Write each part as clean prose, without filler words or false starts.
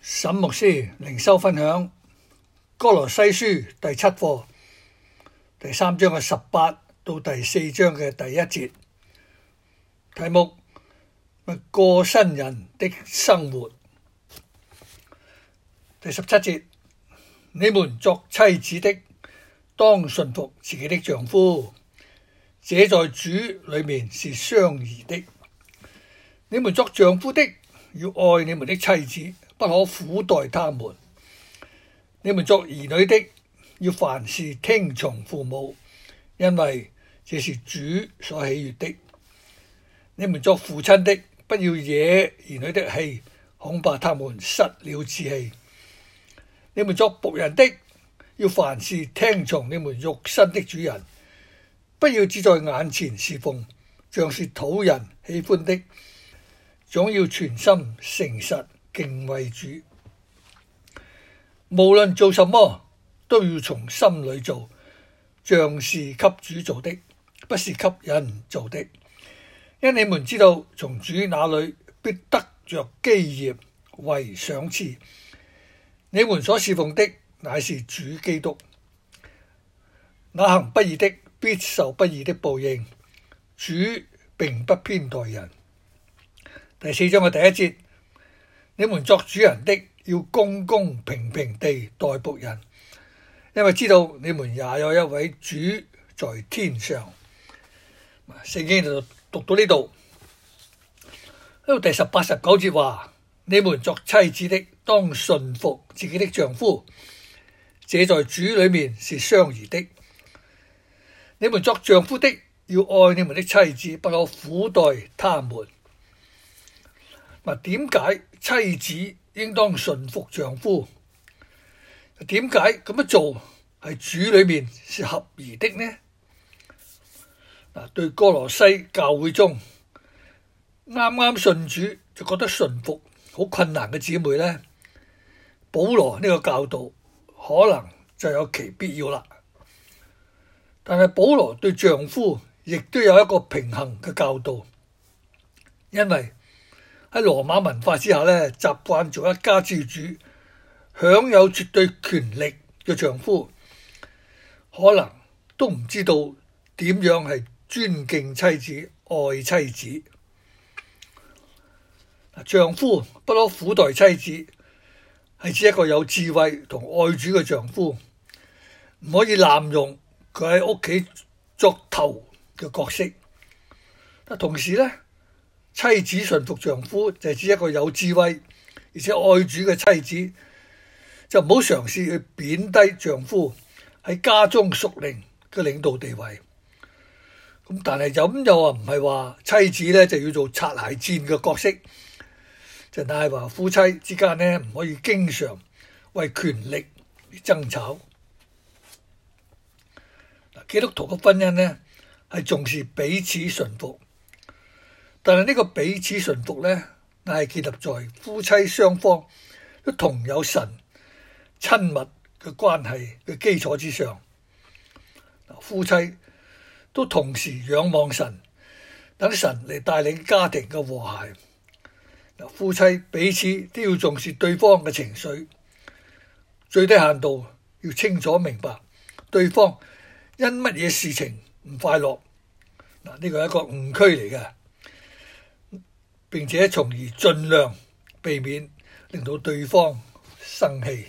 沈牧師靈修分享歌羅西書第7課第3章嘅18到第4章嘅第1節，題目過新人的生活。第17節，你們作妻子的，當順服自己的丈夫，這在主裏面是相宜的。你們作丈夫的，要愛你們的妻子，不可苦待他們。你們作兒女的，要凡事聽從父母，因為這是主所喜悅的。你們作父親的，不要惹兒女的氣，恐怕他們失了志氣。你們作僕人的，要凡事聽從你們肉身的主人，不要只在眼前侍奉，像是討人喜歡的，總要全心誠實敬畏主。無論做什麼，都要從心裏做，像是給主做的，不是給人做的。因你們知道，從主那裏必得着基業為賞賜。你們所侍奉的乃是主基督。那行不義的必受不義的報應，主並不偏待人。第4章嘅第1節，你們作主人的，要公公平平地待僕人，因為知道你們也有一位主在天上。聖經就讀到呢度，呢度第18、19節話：你們作妻子的，當順服自己的丈夫，這在主裏面是相宜的。你們作丈夫的，要愛你們的妻子，不可苦待他們。點解妻子應當順服丈夫？點解咁樣做係主裏面是合宜的呢？對歌羅西教會中啱啱信主就覺得順服好困難嘅姊妹呢，保羅呢個教導可能就有其必要啦。但係保羅對丈夫亦都有一個平衡嘅教導，因為喺羅馬文化之下呢，習慣做一家之主，享有絕對權力嘅丈夫，可能都唔知道點樣係尊敬妻子、愛妻子。丈夫不可苦待妻子，係指一個有智慧同愛主嘅丈夫，唔可以濫用佢喺屋企作頭嘅角色。同時呢，妻子順服丈夫就係指一個有智慧而且愛主嘅妻子，就唔好嘗試去貶低丈夫喺家中屬靈嘅領導地位。但係咁又話唔係話妻子呢就要做擦鞋戰嘅角色，就係話夫妻之間呢唔可以經常為權力而爭吵。基督徒嘅婚姻呢係重視彼此順服，但係呢個彼此順服呢，乃係建立在夫妻雙方都同有神親密嘅關係嘅基礎之上。夫妻都同時仰望神，等神嚟帶領家庭嘅和諧。夫妻彼此都要重視對方嘅情緒，最低限度要清楚明白對方因乜嘢事情唔快樂。呢個係一個誤區嚟嘅，並且從而盡量避免令到對方生氣。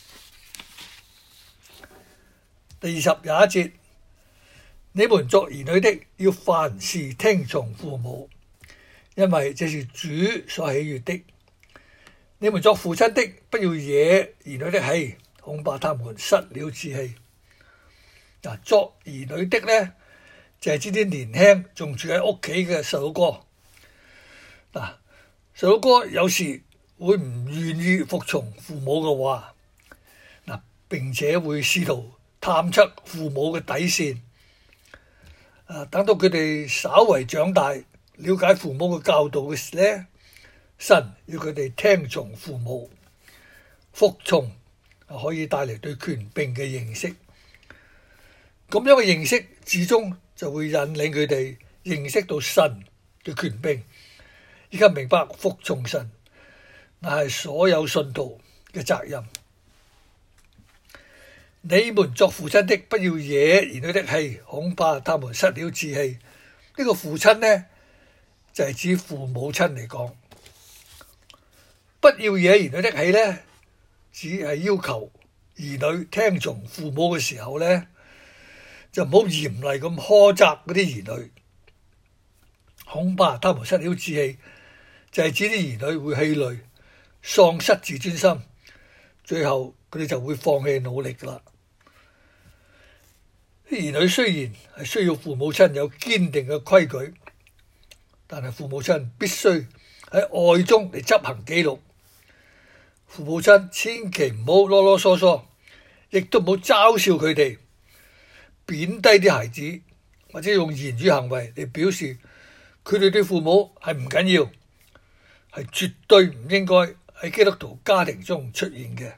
第21節，你們作兒女的，要凡事聽從父母，因為這是主所喜悅的。你們作父親的，不要惹兒女的氣，恐怕他們失了志氣。作兒女的呢，就係指啲年輕仲住喺屋企嘅細佬哥。細佬哥有時會唔願意服從父母嘅話，並且會試圖探測父母嘅底線。等到佢哋稍為長大，了解父母嘅教導嘅時呢，神要佢哋聽從父母，服從可以帶嚟對權柄嘅認識。咁樣嘅認識，至終就會引領佢哋認識到神嘅權柄，以及明白服從神乃係所有信徒嘅責任。你們作父親的，不要惹兒女的氣，恐怕他們失了志氣。呢個父親呢，就係指父母親嚟講，不要惹兒女的氣呢，只係要求兒女聽從父母嘅時候呢，就唔好嚴厲咁苛責嗰啲兒女，恐怕他們失了志氣，就係指啲兒女會氣餒、喪失自尊心，最後佢哋就會放棄努力㗎喇。兒女雖然係需要父母親有堅定嘅規矩，但係父母親必須喺愛中嚟執行紀律。父母親千祈唔好囉囉嗦嗦，亦都唔好嘲笑佢哋，貶低啲孩子，或者用言語行為嚟表示佢哋對父母係唔緊要，係絕對唔應該喺基督徒家庭中出現嘅。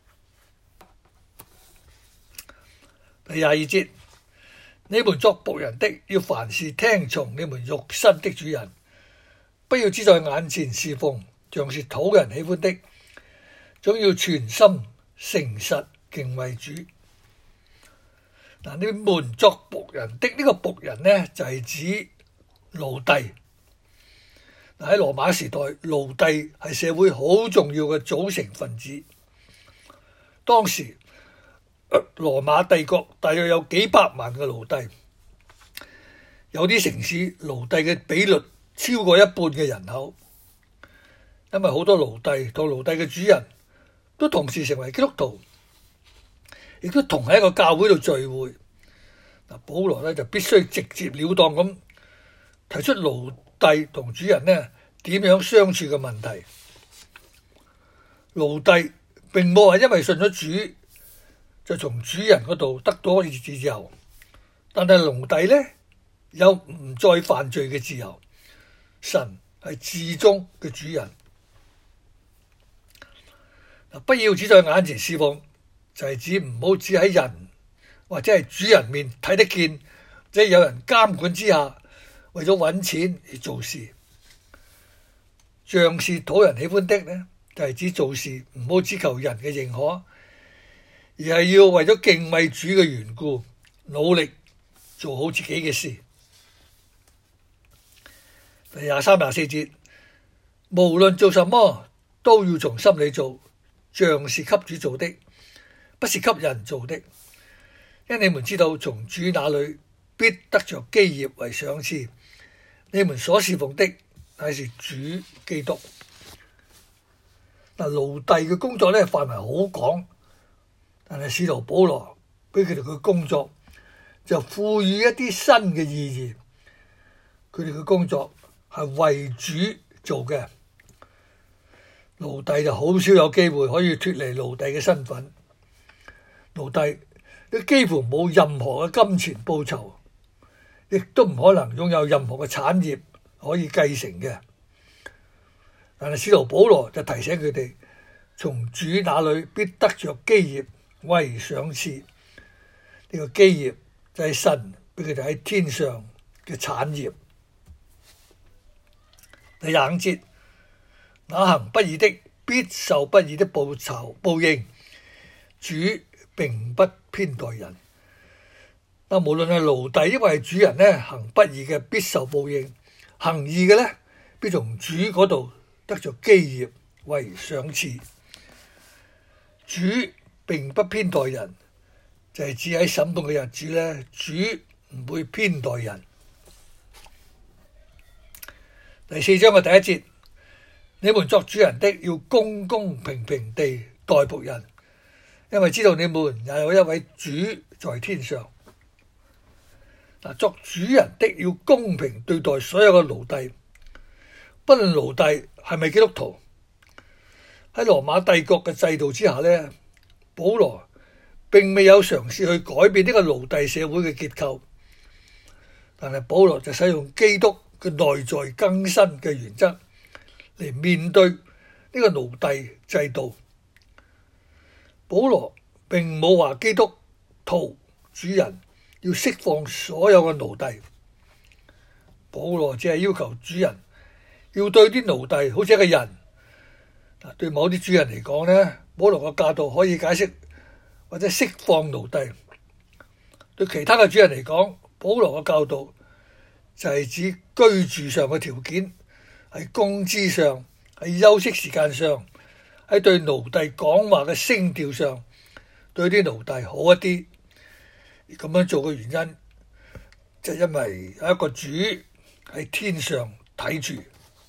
第22節，你們作僕人的，要凡事聽從你們肉身的主人，不要只在眼前侍奉，像是討人喜歡的，總要全心誠實敬畏主。嗱，你們作僕人的呢個僕人呢，就係指奴隸。喺羅馬時代，奴隸係社會好重要嘅組成分子。當時羅馬帝國大約有幾百萬嘅奴隸，有啲城市奴隸嘅比率超過一半嘅人口，因為好多奴隸同奴隸嘅主人都同時成為基督徒，亦都同喺一個教會度聚會。保羅呢就必須直接了當咁提出奴隸同主人呢點樣相處嘅問題。奴隸並冇係因為信咗主就從主人嗰度得到自由，但係奴隸呢有唔再犯罪嘅自由。神係至終嘅主人。不要只在眼前侍奉，就係指唔好只喺人或者係主人面睇得見，即係有人監管之下，為咗揾錢而做事。像是討人喜歡的呢，就係指做事唔好只求人嘅認可，而係要為咗敬畏主嘅緣故，努力做好自己嘅事。第23、24節，無論做什麼，都要從心裏做，像是給主做的，不是給人做的。因你們知道，從主那裏必得着基業為賞賜。你們所侍奉的乃是主基督。奴隸嘅工作呢，範圍好廣，但係使徒保羅俾佢哋嘅工作就賦予一啲新嘅意義。佢哋嘅工作係為主做嘅。奴隸就好少有機會可以脫離奴隸嘅身份。奴隸都幾乎冇任何嘅金錢報酬，亦都唔可能擁有任何嘅產業可以繼承嘅。但係使徒保羅就提醒佢哋，從主那裏必得着基業為賞賜。呢個基業就係神俾佢哋喺天上嘅產業。第25節，那行不義的必受不義的報應，主並不偏待人。無論係奴隸抑或係主人呢，行不義嘅必受報應，行義嘅呢，必從主嗰度得着基業為賞賜。主並不偏待人，就係指喺審判嘅日子呢，主唔會偏待人。第4章嘅第1節，你們作主人的要公公平平地待僕人，因為知道你們也有一位主在天上。作主人的要公平對待所有嘅奴隸，不論奴隸係咪基督徒。喺羅馬帝國嘅制度之下呢，保羅並未有嘗試去改變呢個奴隸社會嘅結構，但係保羅就使用基督嘅內在更新嘅原則嚟面對呢個奴隸制度。保羅並冇話基督徒主人要釋放所有嘅奴隸，保羅只係要求主人要對啲奴隸好似一個人， 對某啲主人嚟講呢，保羅嘅教導可以解釋或者釋放奴隸；對其他嘅主人嚟講，保羅嘅教導就係指居住上嘅條件，喺工資上，喺休息時間上，喺對奴隸講話嘅聲調上，對啲奴隸好一啲。而咁樣做嘅原因，就係因為有一個主喺天上睇住。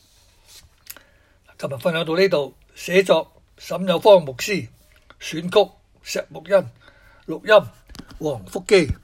今日分享到呢度，寫作沈有方牧師，選曲石木欣，錄音黃福基。